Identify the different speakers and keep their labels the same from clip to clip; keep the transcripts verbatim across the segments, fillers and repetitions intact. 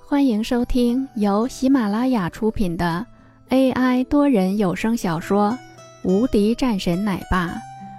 Speaker 1: 欢迎收听由喜马拉雅出品的 A I 多人有声小说《无敌战神奶爸》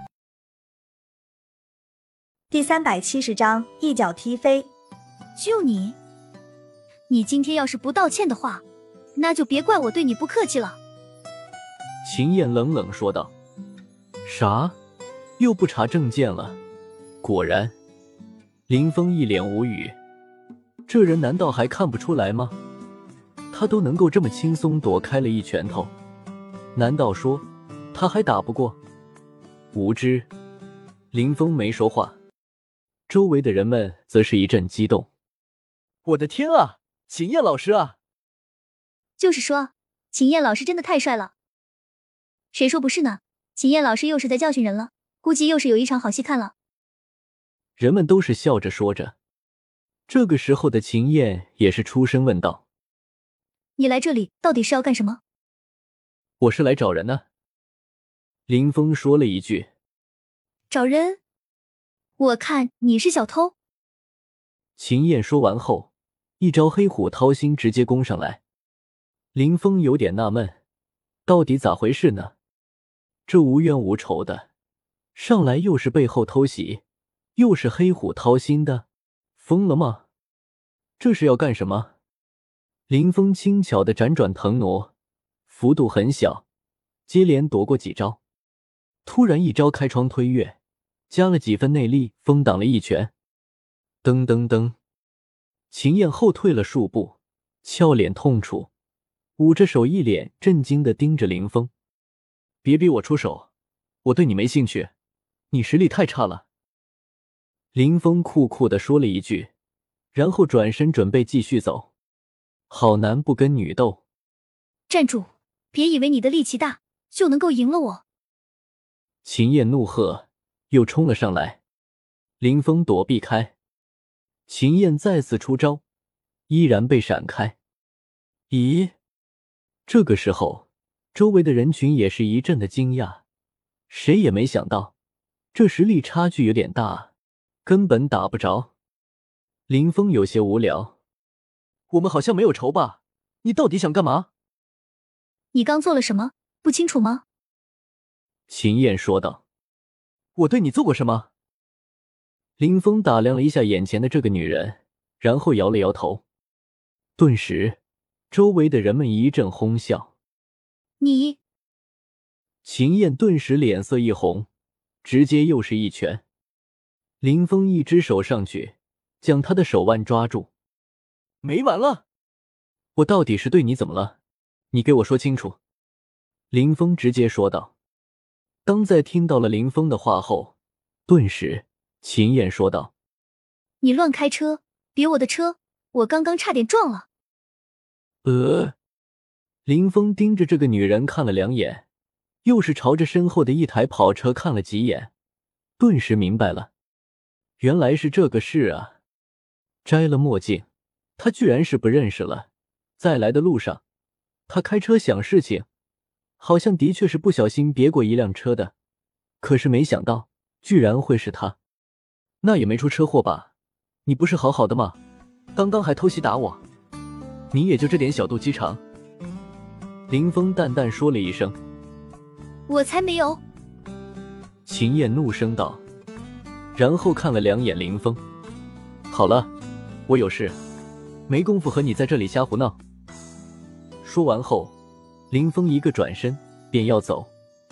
Speaker 2: 第三百七十章一脚踢飞。
Speaker 3: 就你，你今天要是不道歉的话，那就别怪我对你不客气了。
Speaker 4: 秦燕冷冷说道。啥？又不查证件了？果然。林峰一脸无语，这人难道还看不出来吗？他都能够这么轻松躲开了一拳头，难道说他还打不过？无知。林峰没说话，周围的人们则是一阵激动。我的天啊，秦燕老师啊！
Speaker 3: 就是说，秦燕老师真的太帅了。谁说不是呢？秦燕老师又是在教训人了，估计又是有一场好戏看了。
Speaker 4: 人们都是笑着说着。这个时候的秦燕也是出声问道：
Speaker 3: 你来这里到底是要干什么？
Speaker 4: 我是来找人呢。林峰说了一句。
Speaker 3: 找人？我看你是小偷。
Speaker 4: 秦燕说完后，一招黑虎掏心直接攻上来。林峰有点纳闷，到底咋回事呢？这无冤无仇的，上来又是背后偷袭，又是黑虎掏心的，疯了吗？这是要干什么？林峰轻巧的辗转腾挪，幅度很小，接连躲过几招，突然一招开窗推跃，加了几分内力，封挡了一拳。噔噔噔，秦燕后退了数步，俏脸痛楚，捂着手，一脸震惊地盯着林峰。别逼我出手，我对你没兴趣，你实力太差了。林峰酷酷地说了一句，然后转身准备继续走。好男不跟女斗。
Speaker 3: 站住，别以为你的力气大就能够赢了我。
Speaker 4: 秦燕怒喝，又冲了上来。林峰躲避开，秦燕再次出招，依然被闪开。咦？这个时候周围的人群也是一阵的惊讶，谁也没想到这实力差距有点大啊，根本打不着。林峰有些无聊，我们好像没有仇吧？你到底想干嘛？
Speaker 3: 你刚做了什么？不清楚吗？
Speaker 4: 秦燕说道。我对你做过什么？林峰打量了一下眼前的这个女人，然后摇了摇头。顿时周围的人们一阵哄笑。
Speaker 3: 你……
Speaker 4: 秦燕顿时脸色一红，直接又是一拳。林峰一只手上去，将他的手腕抓住。没完了！我到底是对你怎么了？你给我说清楚。林峰直接说道。当在听到了林峰的话后，顿时秦燕说道：
Speaker 3: 你乱开车，别我的车，我刚刚差点撞了。
Speaker 4: 呃，林峰盯着这个女人看了两眼，又是朝着身后的一台跑车看了几眼，顿时明白了，原来是这个事啊。摘了墨镜，他居然是不认识了。在来的路上，他开车想事情，好像的确是不小心别过一辆车的，可是没想到居然会是他。那也没出车祸吧？你不是好好的吗？刚刚还偷袭打我，你也就这点小肚鸡肠。林峰淡淡说了一声。
Speaker 3: 我才没有。
Speaker 4: 秦燕怒声道，然后看了两眼林峰。好了，我有事，没工夫和你在这里瞎胡闹。说完后，林峰一个转身便要走。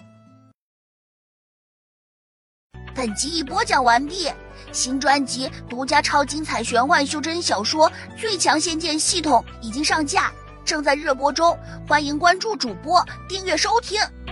Speaker 5: 本集已播讲完毕，新专辑独家超精彩玄幻修真小说《最强仙剑系统》已经上架，正在热播中，欢迎关注主播，订阅收听。